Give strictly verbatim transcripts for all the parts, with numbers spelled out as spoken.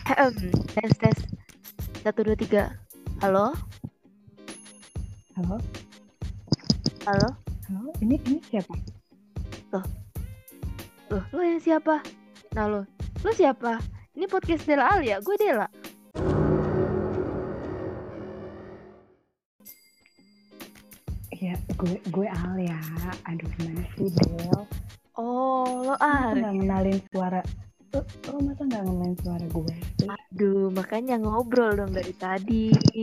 Tes tes satu dua tiga. Halo, Halo, halo. halo, ini ini siapa? Loh, loh, lo yang siapa? Nah lo, lo siapa? Ini podcast Dela Alia, gue Dela. Ya, gue gue Alia. Aduh, gimana sih, Del? Oh, lo Masa Ari. nggak ngenalin suara? Lo, lo masa nggak ngenalin suara gue sih? Aduh, makanya ngobrol dong dari tadi.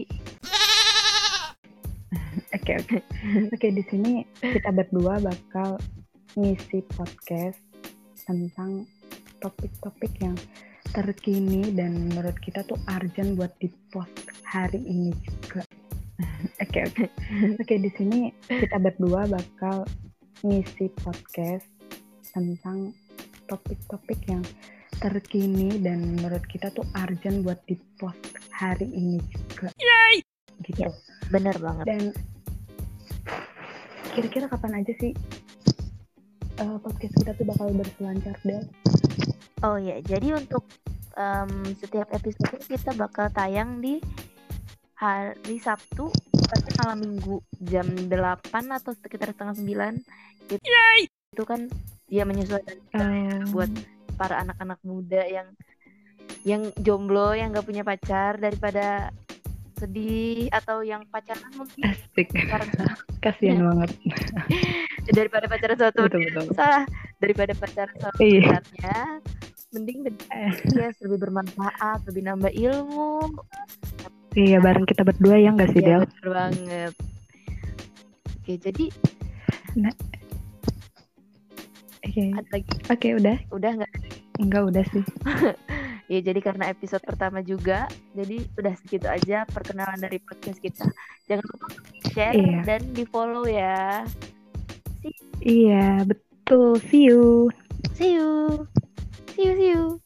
Oke, oke, oke. Di sini kita berdua bakal ngisi podcast tentang topik-topik yang terkini dan menurut kita tuh urgent buat di-post hari ini juga. Oke, oke, oke. Di sini kita berdua bakal ngisi podcast tentang topik-topik yang terkini dan menurut kita tuh urgent buat di-post hari ini juga. Yay! Gitu. Ya, bener banget. Dan kira-kira kapan aja sih uh, podcast kita tuh bakal berselancar, Del? Oh ya, jadi untuk um, setiap episode kita bakal tayang di hari Sabtu tapi malam Minggu jam delapan atau sekitar setengah sembilan. Itu, itu kan dia menyesuaikan um, buat para anak-anak muda yang yang jomblo, yang gak punya pacar, daripada sedih atau yang pacaran mungkin. Asik. Karena kasian banget. Daripada pacaran suatu betul, betul. salah daripada pacaran suatu iya. saatnya mending ya lebih bermanfaat, lebih nambah ilmu. Iya, bareng kita berdua ya nggak sih, ya, Del? Betul banget. Oke, jadi nah, oke, okay. Oke, okay, udah, udah nggak? Enggak, udah sih. Ya, jadi karena episode pertama juga, jadi udah segitu aja perkenalan dari podcast kita. Jangan lupa share iya. dan di follow ya. See. Iya, betul. See you. See you. See you. See you.